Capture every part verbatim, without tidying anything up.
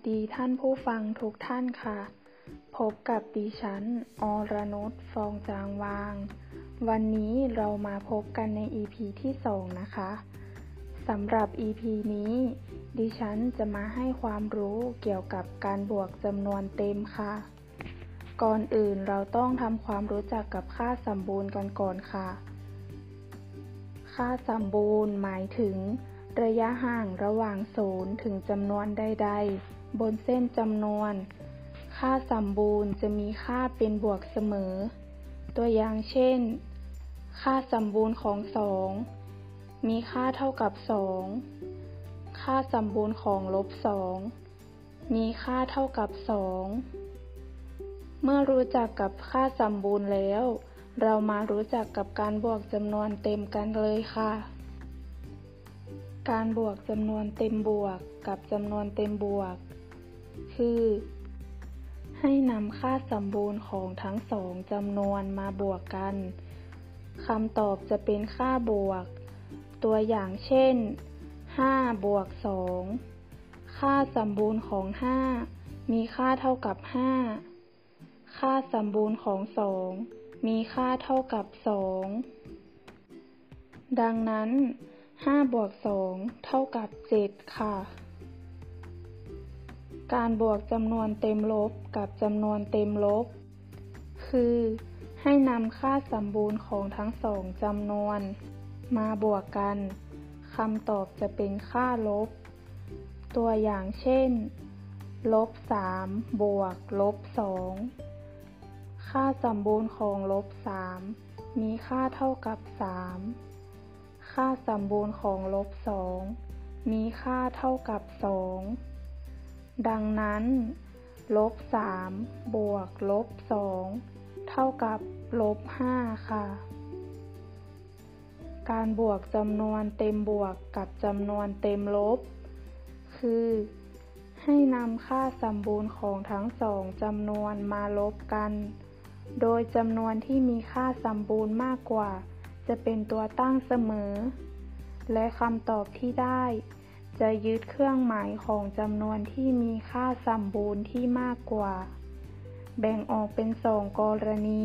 ดีท่านผู้ฟังทุกท่านค่ะพบกับดิฉันอรนุช ฟองจางวางวันนี้เรามาพบกันใน อี พี ที่สองนะคะสำหรับ อี พี นี้ดิฉันจะมาให้ความรู้เกี่ยวกับการบวกจำนวนเต็มค่ะก่อนอื่นเราต้องทำความรู้จักกับค่าสมบูรณ์กันก่อนค่ะค่าสมบูรณ์หมายถึงระยะห่างระหว่างศูนย์ถึงจำนวนใดๆบนเส้นจำนวนค่าสมบูรณ์จะมีค่าเป็นบวกเสมอตัวอย่างเช่นค่าสมบูรณ์ของสองมีค่าเท่ากับสองค่าสมบูรณ์ของลบสองมีค่าเท่ากับสองเมื่อรู้จักกับค่าสมบูรณ์แล้วเรามารู้จักกับการบวกจำนวนเต็มกันเลยค่ะการบวกจำนวนเต็มบวกกับจำนวนเต็มบวกคือให้นำค่าสมบูรณ์ของทั้งสองจำนวนมาบวกกันคำตอบจะเป็นค่าบวกตัวอย่างเช่นห้าบวกสองค่าสมบูรณ์ของห้ามีค่าเท่ากับห้าค่าสมบูรณ์ของสองมีค่าเท่ากับสองดังนั้นห้าบวกสองเท่ากับเจ็ดค่ะการบวกจำนวนเต็มลบกับจำนวนเต็มลบคือให้นำค่าสมบูรณ์ของทั้งสองจำนวนมาบวกกันคำตอบจะเป็นค่าลบตัวอย่างเช่นลบสามบวกลบสองค่าสมบูรณ์ของลบสามมีค่าเท่ากับสามค่าสมบูรณ์ของลบสองมีค่าเท่ากับสองดังนั้นลบสามบวกลบสองเท่ากับลบห้าค่ะการบวกจำนวนเต็มบวกกับจำนวนเต็มลบคือให้นำค่าสมบูรณ์ของทั้งสองจำนวนมาลบกันโดยจำนวนที่มีค่าสมบูรณ์มากกว่าจะเป็นตัวตั้งเสมอและคำตอบที่ได้จะยึดเครื่องหมายของจำนวนที่มีค่าสมบูรณ์ที่มากกว่าแบ่งออกเป็นสองกรณี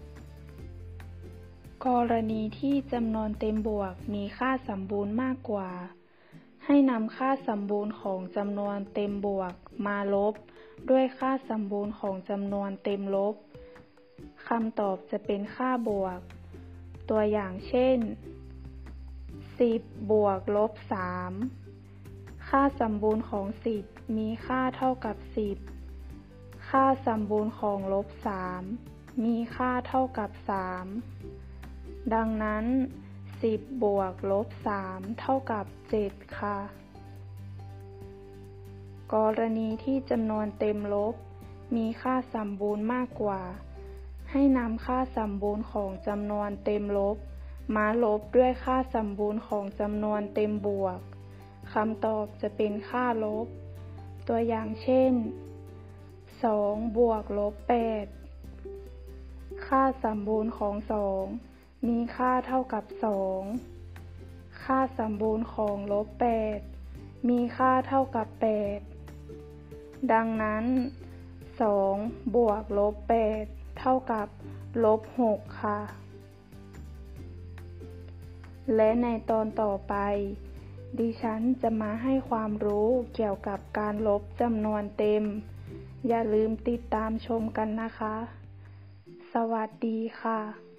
กรณีที่จำนวนเต็มบวกมีค่าสมบูรณ์มากกว่าให้นำค่าสมบูรณ์ของจำนวนเต็มบวกมาลบด้วยค่าสมบูรณ์ของจำนวนเต็มลบคำตอบจะเป็นค่าบวกตัวอย่างเช่นสิบบวกลบสามค่าสมบูรณ์ของสิบมีค่าเท่ากับสิบค่าสมบูรณ์ของลบสามมีค่าเท่ากับสามดังนั้นสิบบวกลบสามเท่ากับเจ็ดค่ะกรณีที่จำนวนเต็มลบมีค่าสมบูรณ์มากกว่าให้นำค่าสมบูรณ์ของจำนวนเต็มลบมาลบด้วยค่าสมบูรณ์ของจำนวนเต็มบวกคำตอบจะเป็นค่าลบตัวอย่างเช่นสองบวกลบแปดค่าสมบูรณ์ของสองมีค่าเท่ากับสองค่าสมบูรณ์ของลบแปดมีค่าเท่ากับแปดดังนั้นสองบวกลบแปดเท่ากับลบหกค่ะและในตอนต่อไปดิฉันจะมาให้ความรู้เกี่ยวกับการลบจำนวนเต็มอย่าลืมติดตามชมกันนะคะสวัสดีค่ะ